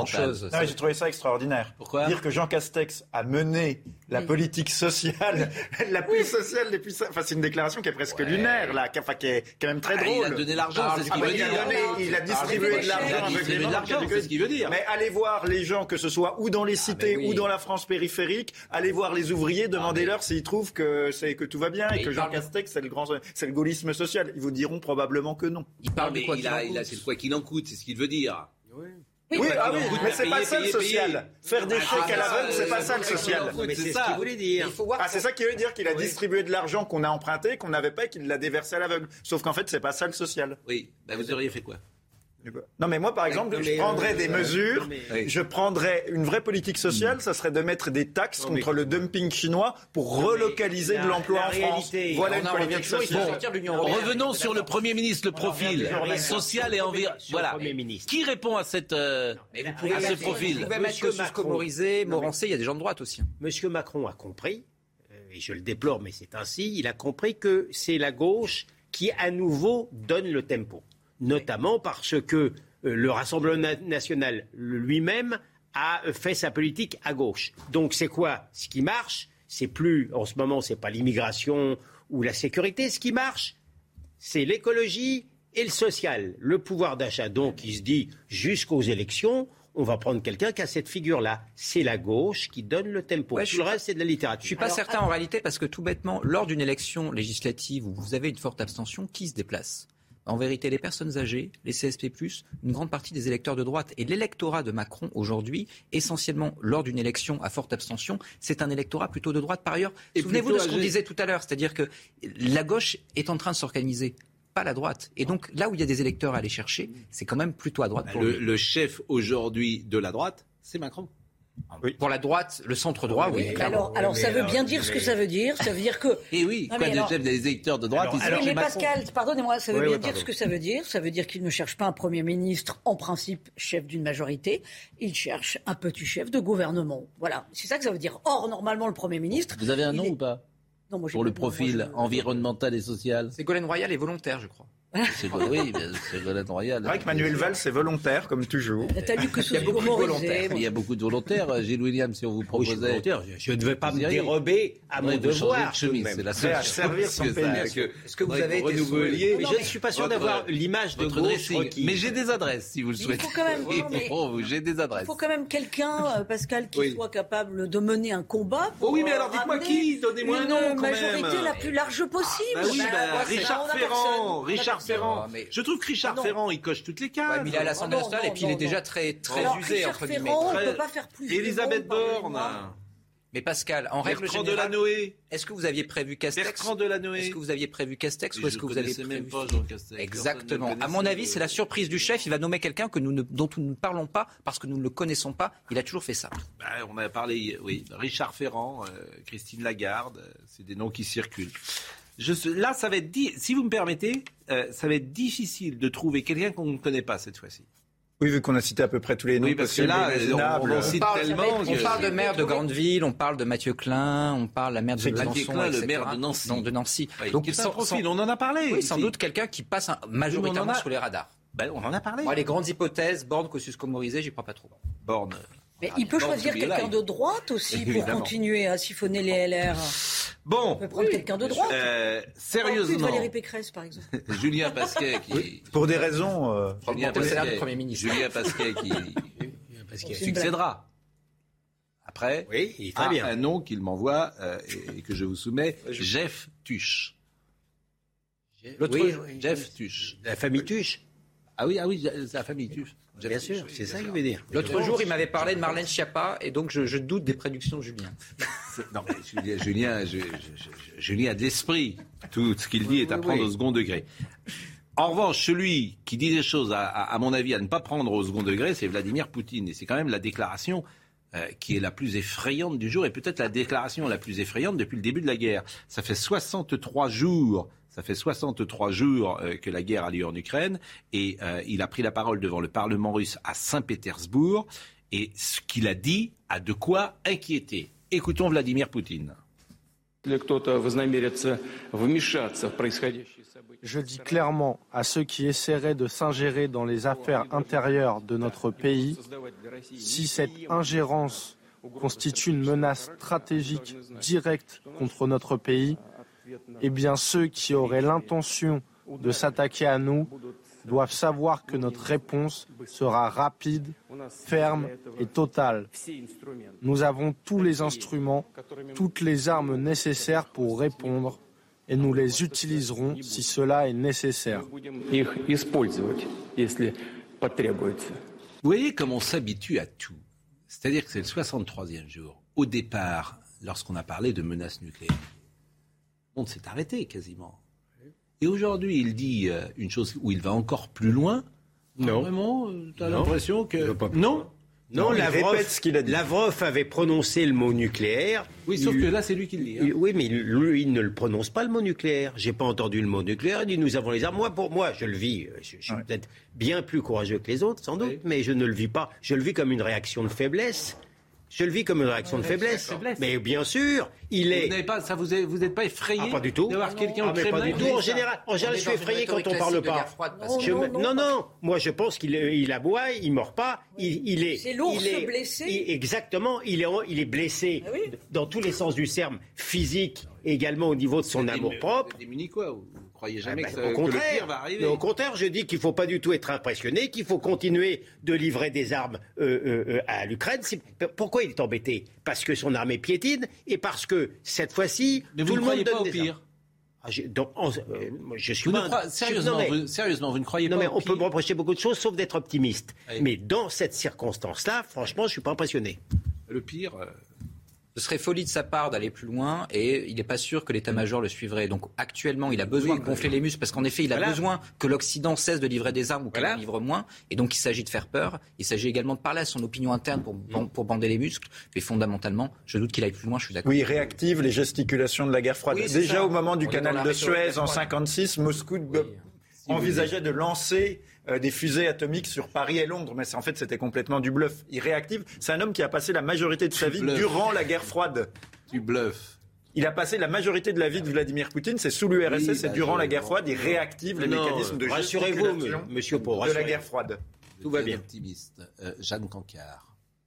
J'ai trouvé ça extraordinaire. Pourquoi ? Dire que Jean Castex a mené la politique sociale, la plus sociale des plus. Enfin, c'est une déclaration qui est presque lunaire, là, qui est quand même très drôle. Il a donné l'argent, c'est ce qu'il veut dire. Il a distribué de l'argent aveuglément, c'est ce qu'il veut dire. Mais allez voir les gens, que ce soit ou dans les cités ou dans la France périphérique, allez voir les ouvriers, demandez-leur s'ils trouvent que tout va bien et que Jean Castex, c'est le gaullisme social. Ils vous diront probablement que non. Il parle de quoi c'est le quoi qu'il en coûte, c'est ce qu'il veut dire. Oui, mais c'est pas ça le social. Faire des chèques à l'aveugle, c'est pas ça le social. Mais c'est ce qu'il voulait dire. C'est ça qu'il veut dire, qu'il a distribué de l'argent qu'on a emprunté, qu'on n'avait pas et qu'il l'a déversé à l'aveugle. Sauf qu'en fait, c'est pas ça le social. Oui, vous auriez fait quoi ? Non, mais moi, par exemple, je prendrais des mesures, je prendrais une vraie politique sociale, ça serait de mettre des taxes contre le dumping chinois pour relocaliser de l'emploi en France. Voilà une politique sociale. Revenons sur le Premier ministre, le profil social et environnemental. Voilà. Qui répond à ce profil ? Vous pouvez mettre Kosciusko, Morizet, Morancé, il y a des gens de droite aussi. Monsieur Macron a compris, et je le déplore, mais c'est ainsi, il a compris que c'est la gauche qui, à nouveau, donne le tempo. Notamment parce que le Rassemblement national lui-même a fait sa politique à gauche. Donc c'est quoi ? Ce qui marche, c'est plus, en ce moment, c'est pas l'immigration ou la sécurité. Ce qui marche, c'est l'écologie et le social, le pouvoir d'achat. Donc il se dit, jusqu'aux élections, on va prendre quelqu'un qui a cette figure-là. C'est la gauche qui donne le tempo. Tout le reste, c'est de la littérature. Je ne suis pas certain en réalité, parce que tout bêtement, lors d'une élection législative où vous avez une forte abstention, qui se déplace ? En vérité, les personnes âgées, les CSP+, une grande partie des électeurs de droite et l'électorat de Macron aujourd'hui, essentiellement lors d'une élection à forte abstention, c'est un électorat plutôt de droite par ailleurs. Souvenez-vous de ce qu'on disait tout à l'heure, c'est-à-dire que la gauche est en train de s'organiser, pas la droite. Et donc là où il y a des électeurs à aller chercher, c'est quand même plutôt à droite pour lui. Le chef aujourd'hui de la droite, c'est Macron. Oui. Pour la droite, le centre-droit, oui. Alors ça veut bien dire ce que ça veut dire. Ça veut dire que... Et oui, des chefs des électeurs de droite, mais Pascal, pardonnez-moi, ça veut bien dire ce que ça veut dire. Ça veut dire qu'il ne cherche pas un Premier ministre, en principe, chef d'une majorité. Il cherche un petit chef de gouvernement. Voilà, c'est ça que ça veut dire. Or, normalement, le Premier ministre... Vous avez un nom ou pas ? Non, pour le profil environnemental et social. Ségolène Royal est volontaire, je crois. Oui, c'est Ségolène Royal. C'est vrai que Manuel Valls, c'est volontaire, comme toujours. T'as lu que il y a beaucoup de volontaires. Il y a beaucoup de volontaires. Gilles William, si on vous proposait... Je ne devais pas me dérober à mon devoir. C'est la seule servir son pays. Est-ce que vous avez été soulevé ? Mais je ne suis pas sûr d'avoir l'image de gauche requise. Mais j'ai des adresses, si vous le souhaitez. Il faut quand même... J'ai des adresses. Il faut quand même quelqu'un, Pascal, qui soit capable de mener un combat. Oui, mais alors dites-moi qui ? Donnez-moi un nom, quand même. Une majorité la plus large possible. Richard Ferrand. Je trouve que Richard Ferrand, il coche toutes les cases. Il est à l'Assemblée nationale et puis il est déjà très usé, entre guillemets. On ne peut pas faire plus. Elisabeth Borne. Mais Pascal, en règle générale, Delanoë. Est-ce que vous aviez prévu Castex ? Bertrand Delanoë. Est-ce que vous aviez prévu Castex ou est-ce que vous avez même pas Jean Castex. Exactement. À mon avis, c'est la surprise du chef. Il va nommer quelqu'un dont nous ne parlons pas parce que nous ne le connaissons pas. Il a toujours fait ça. On a parlé, Richard Ferrand, Christine Lagarde, c'est des noms qui circulent. Là, ça va être si vous me permettez, ça va être difficile de trouver quelqu'un qu'on ne connaît pas cette fois-ci. Oui, vu qu'on a cité à peu près tous les noms. Oui, parce que là, on cite tellement. On parle de maire de grande ville, on parle de Mathieu Klein, on parle de la maire de Besançon, Mathieu Klein, le maire de Nancy. Non, de Nancy. Oui, donc, c'est un profil, on en a parlé. Oui, sans doute quelqu'un qui passe majoritairement sous les radars. On en a parlé. Les grandes hypothèses, Borne, Kosciusko, Morizet, j'y crois pas trop. Borne. Mais il peut choisir quelqu'un de droite aussi pour continuer à siphonner les LR. Bon. On peut prendre quelqu'un de droite. Sérieusement. Valérie Pécresse, par exemple. Julien Pasquet qui... Pour des raisons... Julien Pasquet, Premier ministre. Julien Pasquet qui succédera. Après, il est très bien. Un nom qu'il m'envoie et que je vous soumets, Jeff Tuche. Jeff Tuche. La famille Tuche. Ah oui, c'est la famille. Bien sûr, c'est ça qu'il veut dire. L'autre jour, il m'avait parlé de Marlène Schiappa, et donc je doute des prédictions de Julien. Non, mais Julien a de l'esprit. Tout ce qu'il dit est à prendre au second degré. En revanche, celui qui dit des choses, à mon avis, à ne pas prendre au second degré, c'est Vladimir Poutine. Et c'est quand même la déclaration qui est la plus effrayante du jour, et peut-être la déclaration la plus effrayante depuis le début de la guerre. Ça fait 63 jours que la guerre a lieu en Ukraine, et il a pris la parole devant le Parlement russe à Saint-Pétersbourg, et ce qu'il a dit a de quoi inquiéter. Écoutons Vladimir Poutine. Je dis clairement à ceux qui essaieraient de s'ingérer dans les affaires intérieures de notre pays, si cette ingérence constitue une menace stratégique directe contre notre pays, eh bien ceux qui auraient l'intention de s'attaquer à nous doivent savoir que notre réponse sera rapide, ferme et totale. Nous avons tous les instruments, toutes les armes nécessaires pour répondre, et nous les utiliserons si cela est nécessaire. Vous voyez comme on s'habitue à tout. C'est-à-dire que c'est le 63e jour. Au départ, lorsqu'on a parlé de menaces nucléaires, on s'est arrêté quasiment. Et aujourd'hui, il dit une chose où il va encore plus loin. Non. Vraiment, tu as l'impression que... Non, Lavrov avait prononcé le mot nucléaire. Oui, sauf que là, c'est lui qui le dit. Hein. Oui, mais lui, il ne le prononce pas, le mot nucléaire. J'ai pas entendu le mot nucléaire. Il dit, nous avons les armes. Moi, je le vis. Je suis peut-être bien plus courageux que les autres, sans doute, mais je ne le vis pas. Je le vis comme une réaction de faiblesse. Mais bien sûr, il est... Vous n'êtes pas effrayé pas du tout. D'avoir quelqu'un au Kremlin? Pas du tout. En général, je suis effrayé quand on ne parle pas. Non. Moi, je pense qu'il aboie, il ne mord pas. C'est l'ours blessé. Exactement. Il est blessé dans tous les sens du terme, physique et également au niveau de son amour-propre. Démuni quoi? Vous croyez jamais que le pire va arriver? Au contraire, je dis qu'il ne faut pas du tout être impressionné, qu'il faut continuer de livrer des armes à l'Ukraine. Pourquoi il est embêté? Parce que son armée piétine et parce que cette fois-ci, tout le monde donne des armes. Je suis pas... Sérieusement, vous ne croyez pas? Non, mais on peut me reprocher beaucoup de choses, sauf d'être optimiste. Oui. Mais dans cette circonstance-là, franchement, je ne suis pas impressionné. Le pire... Ce serait folie de sa part d'aller plus loin, et il n'est pas sûr que l'état-major le suivrait. Donc actuellement, il a besoin de gonfler les muscles, parce qu'en effet, il a besoin que l'Occident cesse de livrer des armes ou qu'il en livre moins. Et donc il s'agit de faire peur. Il s'agit également de parler à son opinion interne pour bander les muscles. Mais fondamentalement, je doute qu'il aille plus loin, je suis d'accord. Oui, il réactive les gesticulations de la guerre froide. Oui, déjà au moment du canal de Suez en 1956, Moscou envisageait de lancer des fusées atomiques sur Paris et Londres, mais en fait c'était complètement du bluff. Il réactive. C'est un homme qui a passé la majorité de sa vie durant la guerre froide. Du bluff. Il a passé la majorité de la vie de Vladimir Poutine, c'est sous l'URSS, c'est durant la guerre froide. Il réactive les mécanismes de gestion monsieur Pau, de la guerre froide. Tout va bien. Optimiste. Jeanne Cancard.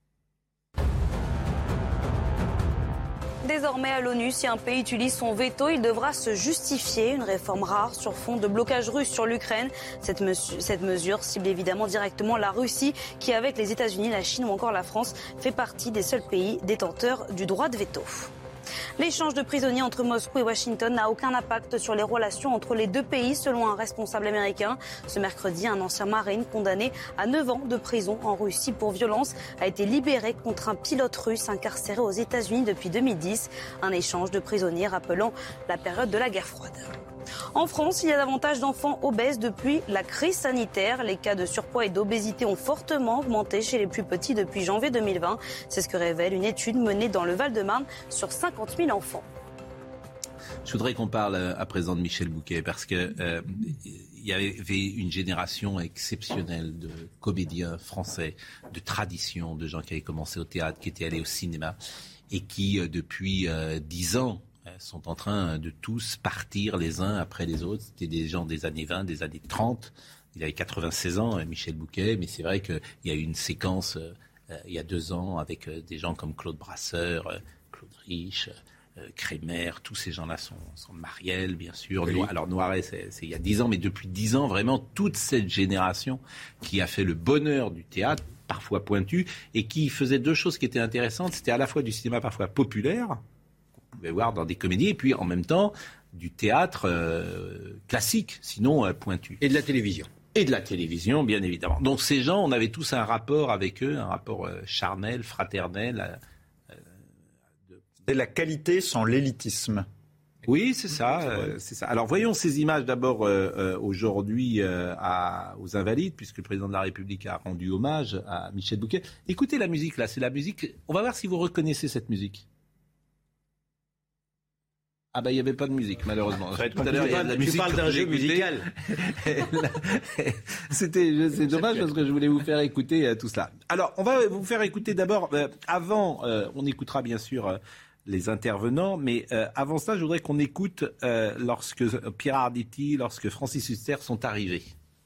Désormais, à l'ONU, si un pays utilise son veto, il devra se justifier. Une réforme rare sur fond de blocage russe sur l'Ukraine. Cette mesure cible évidemment directement la Russie, qui, avec les États-Unis, la Chine ou encore la France, fait partie des seuls pays détenteurs du droit de veto. L'échange de prisonniers entre Moscou et Washington n'a aucun impact sur les relations entre les deux pays, selon un responsable américain. Ce mercredi, un ancien marine condamné à 9 ans de prison en Russie pour violence a été libéré contre un pilote russe incarcéré aux États-Unis depuis 2010. Un échange de prisonniers rappelant la période de la guerre froide. En France, il y a davantage d'enfants obèses depuis la crise sanitaire. Les cas de surpoids et d'obésité ont fortement augmenté chez les plus petits depuis janvier 2020. C'est ce que révèle une étude menée dans le Val-de-Marne sur 50 000 enfants. Je voudrais qu'on parle à présent de Michel Bouquet, parce que il y avait une génération exceptionnelle de comédiens français, de tradition, de gens qui avaient commencé au théâtre, qui étaient allés au cinéma et qui, depuis 10 ans, sont en train de tous partir les uns après les autres. C'était des gens des années 20, des années 30. Il avait 96 ans, Michel Bouquet, mais c'est vrai qu'il y a eu une séquence il y a 2 ans avec des gens comme Claude Brasseur, Claude Rich, Crémer, tous ces gens-là sont Marielle, bien sûr. Oui. Alors Noiret, c'est il y a 10 ans, mais depuis 10 ans, vraiment, toute cette génération qui a fait le bonheur du théâtre, parfois pointu, et qui faisait 2 choses qui étaient intéressantes. C'était à la fois du cinéma parfois populaire, vous pouvez voir dans des comédies, et puis en même temps du théâtre classique, sinon pointu. Et de la télévision. Et de la télévision, bien évidemment. Donc ces gens, on avait tous un rapport avec eux, un rapport charnel, fraternel. C'est la qualité sans l'élitisme. Oui, c'est ça, c'est ça. Alors voyons ces images d'abord aujourd'hui aux Invalides, puisque le président de la République a rendu hommage à Michel Bouquet. Écoutez la musique là, c'est la musique. On va voir si vous reconnaissez cette musique. Ah bah il n'y avait pas de musique malheureusement. Tout à l'heure il y a de la musique. Tu parles d'un jeu musical. C'est dommage parce que je voulais vous faire écouter tout cela. Alors on va vous faire écouter d'abord. Avant, on écoutera bien sûr les intervenants, mais avant ça, je voudrais qu'on écoute lorsque Pierre Arditi, lorsque Francis Huster sont arrivés.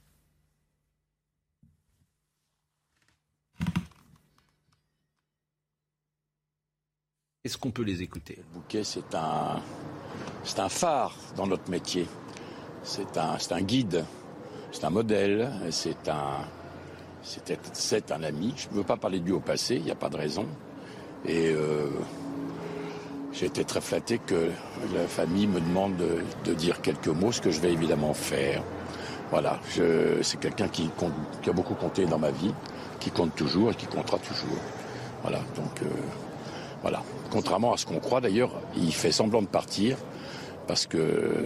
Est-ce qu'on peut les écouter ? Bouquet, c'est un phare dans notre métier. C'est un guide, c'est un modèle, c'est un ami. Je ne veux pas parler de lui au passé, il n'y a pas de raison. Et j'ai été très flatté que la famille me demande de dire quelques mots, ce que je vais évidemment faire. Voilà, c'est quelqu'un qui a beaucoup compté dans ma vie, qui compte toujours et qui comptera toujours. Voilà, donc voilà. Contrairement à ce qu'on croit d'ailleurs, il fait semblant de partir parce que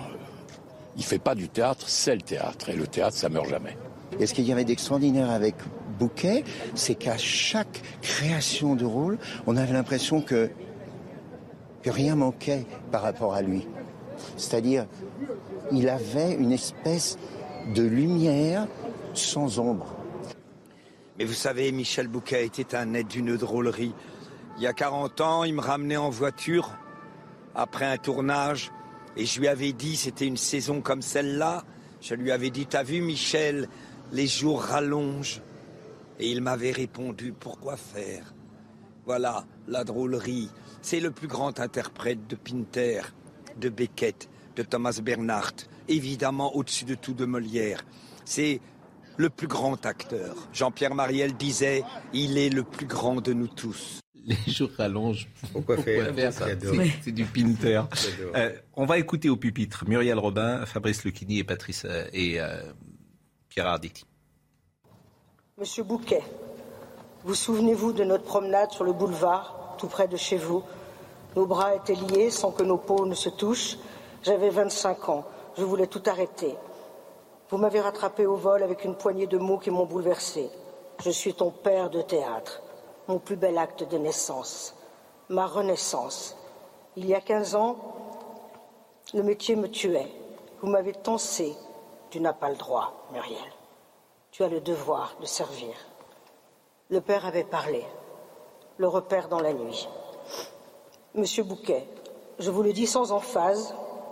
il fait pas du théâtre, c'est le théâtre. Et le théâtre, ça meurt jamais. Et ce qu'il y avait d'extraordinaire avec Bouquet, c'est qu'à chaque création de rôle, on avait l'impression que rien manquait par rapport à lui. C'est-à-dire, il avait une espèce de lumière sans ombre. Mais vous savez, Michel Bouquet était un être d'une drôlerie. Il y a 40 ans, il me ramenait en voiture après un tournage et je lui avais dit, c'était une saison comme celle-là, je lui avais dit, t'as vu Michel, les jours rallongent. Et il m'avait répondu, pourquoi faire ? Voilà, la drôlerie. C'est le plus grand interprète de Pinter, de Beckett, de Thomas Bernhardt, évidemment au-dessus de tout de Molière. C'est le plus grand acteur. Jean-Pierre Mariel disait, il est le plus grand de nous tous. Les jours rallongent. Pourquoi faire ça ? C'est du Pinter. On va écouter au pupitre Muriel Robin, Fabrice Lucchini et Pierre Arditi. Monsieur Bouquet, vous souvenez-vous de notre promenade sur le boulevard, tout près de chez vous ? Nos bras étaient liés sans que nos peaux ne se touchent. J'avais 25 ans. Je voulais tout arrêter. Vous m'avez rattrapé au vol avec une poignée de mots qui m'ont bouleversé. Je suis ton père de théâtre. Mon plus bel acte de naissance, ma renaissance. Il y a 15 ans, le métier me tuait. Vous m'avez tensé. Tu n'as pas le droit, Muriel. Tu as le devoir de servir. Le père avait parlé. Le repère dans la nuit. Monsieur Bouquet, je vous le dis sans emphase,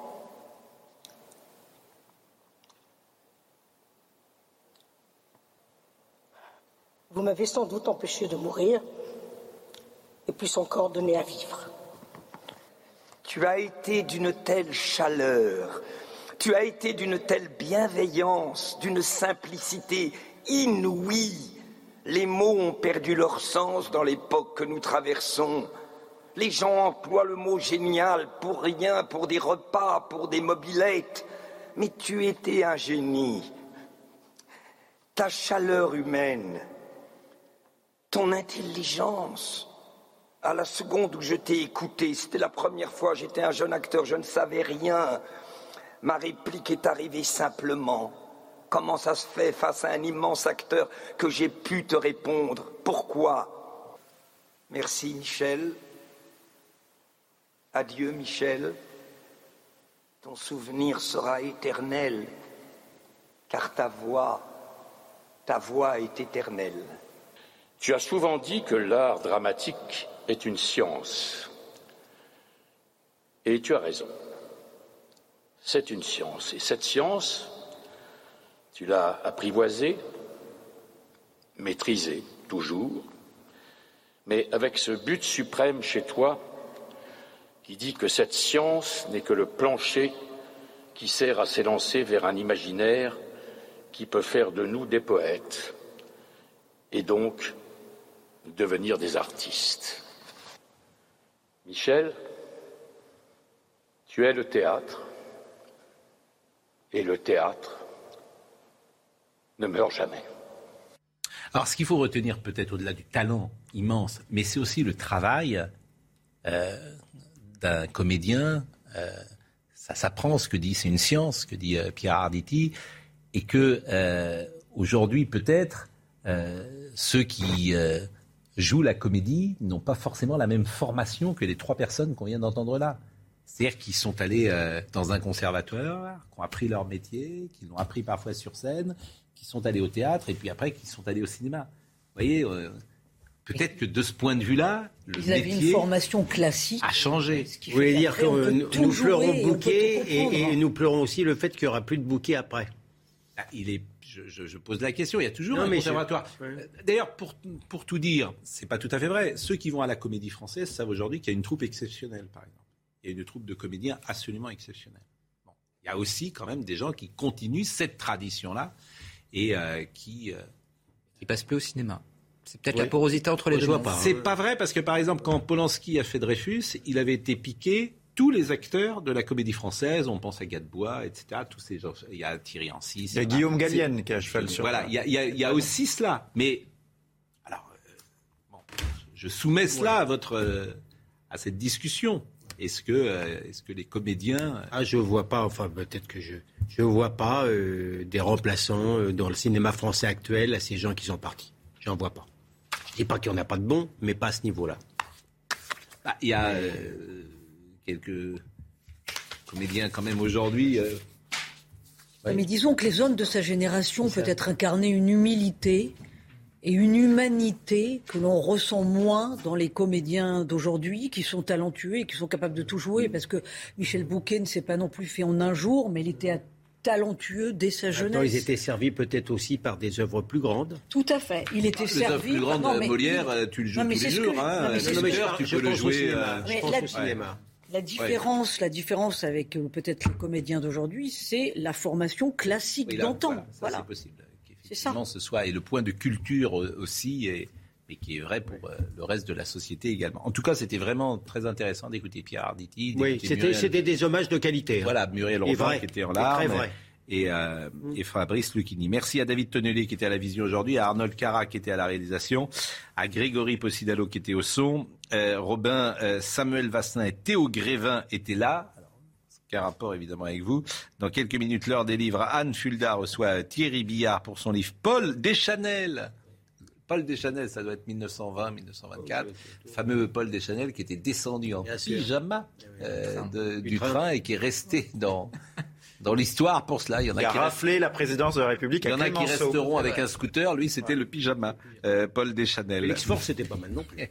vous m'avez sans doute empêché de mourir, et plus encore donné à vivre. Tu as été d'une telle chaleur, tu as été d'une telle bienveillance, d'une simplicité inouïe. Les mots ont perdu leur sens dans l'époque que nous traversons. Les gens emploient le mot génial pour rien, pour des repas, pour des mobylettes. Mais tu étais un génie. Ta chaleur humaine, ton intelligence, à la seconde où je t'ai écouté, c'était la première fois, j'étais un jeune acteur, je ne savais rien. Ma réplique est arrivée simplement. Comment ça se fait face à un immense acteur que j'ai pu te répondre ? Pourquoi ? Merci Michel. Adieu Michel. Ton souvenir sera éternel, car ta voix est éternelle. Tu as souvent dit que l'art dramatique est une science. Et tu as raison. C'est une science. Et cette science, tu l'as apprivoisée, maîtrisée, toujours, mais avec ce but suprême chez toi qui dit que cette science n'est que le plancher qui sert à s'élancer vers un imaginaire qui peut faire de nous des poètes et donc devenir des artistes. Michel, tu es le théâtre, et le théâtre, ne meurt jamais. Alors, ce qu'il faut retenir peut-être au-delà du talent immense, mais c'est aussi le travail d'un comédien. Ça s'apprend, ce que dit, c'est une science, ce que dit Pierre Arditi, et que aujourd'hui peut-être ceux qui jouent la comédie n'ont pas forcément la même formation que les 3 personnes qu'on vient d'entendre là. C'est-à-dire qu'ils sont allés dans un conservatoire, qui ont appris leur métier, qui l'ont appris parfois sur scène, qui sont allés au théâtre et puis après qui sont allés au cinéma. Vous voyez, peut-être que de ce point de vue-là, le métier avaient une formation classique a changé. Vous voulez dire que nous pleurons Bouquet et nous pleurons aussi le fait qu'il n'y aura plus de Bouquet après. Je pose la question, il y a toujours un conservatoire. D'ailleurs, pour tout dire, c'est pas tout à fait vrai. Ceux qui vont à la Comédie Française savent aujourd'hui qu'il y a une troupe exceptionnelle, par exemple. Il y a une troupe de comédiens absolument exceptionnelle. Bon. Il y a aussi quand même des gens qui continuent cette tradition-là et qui passent plus au cinéma. C'est peut-être la porosité entre les deux. C'est pas vrai parce que, par exemple, quand Polanski a fait Dreyfus, il avait été piqué tous les acteurs de la Comédie Française. On pense à Gadebois, etc. Tous ces gens. Il y a Thierry Ancis. Il y a Guillaume Gallienne qui a cheval sur. Voilà, il y a aussi cela. Mais alors, je soumets cela à cette discussion. Est-ce que les comédiens... je vois pas, enfin peut-être que je vois pas des remplaçants dans le cinéma français actuel à ces gens qui sont partis. J'en vois pas. Je dis pas qu'il n'y en a pas de bons, mais pas à ce niveau-là. Il y a quelques comédiens quand même aujourd'hui... Mais disons que les hommes de sa génération peut-être incarner une humilité et une humanité que l'on ressent moins dans les comédiens d'aujourd'hui, qui sont talentueux et qui sont capables de tout jouer. Parce que Michel Bouquet ne s'est pas non plus fait en un jour, mais il était talentueux dès sa jeunesse. Ils étaient servis peut-être aussi par des œuvres plus grandes. Tout à fait. Il était servi... Les œuvres plus grandes, Molière, tu le joues tous les jours. Tu peux le jouer... Je pense au cinéma. La différence avec peut-être les comédiens d'aujourd'hui, c'est la formation classique d'antan. Voilà. C'est possible. Effectivement, ce soit, et le point de culture aussi, mais qui est vrai pour le reste de la société également. En tout cas, c'était vraiment très intéressant d'écouter Pierre Arditi. Oui, c'était des hommages de qualité. Voilà, Muriel Robin qui était en larmes. Et Fabrice Lucchini. Merci à David Tonnelly qui était à la vision aujourd'hui, à Arnold Cara qui était à la réalisation, à Grégory Possidalo qui était au son, Robin, Samuel Vasselin et Théo Grévin étaient là. Quel rapport évidemment avec vous. Dans quelques minutes, l'heure des livres. Anne Fulda reçoit Thierry Billard pour son livre Paul Deschanel. Paul Deschanel, ça doit être 1920-1924. Le fameux Paul Deschanel qui était descendu en pyjama du train et qui est resté dans l'histoire pour cela. Il y en a qui raflé la présidence de la République. Il y en a qui resteront avec un scooter. Lui, c'était le pyjama. Paul Deschanel. L'X-Force, c'était pas mal non plus.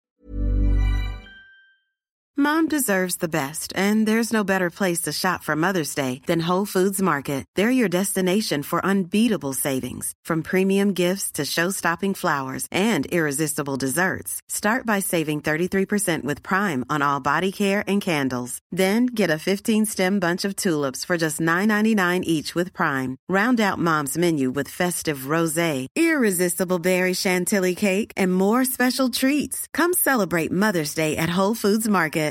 Mom deserves the best, and there's no better place to shop for Mother's Day than Whole Foods Market. They're your destination for unbeatable savings, from premium gifts to show-stopping flowers and irresistible desserts. Start by saving 33% with Prime on all body care and candles. Then get a 15-stem bunch of tulips for just $9.99 each with Prime. Round out Mom's menu with festive rosé, irresistible berry chantilly cake, and more special treats. Come celebrate Mother's Day at Whole Foods Market.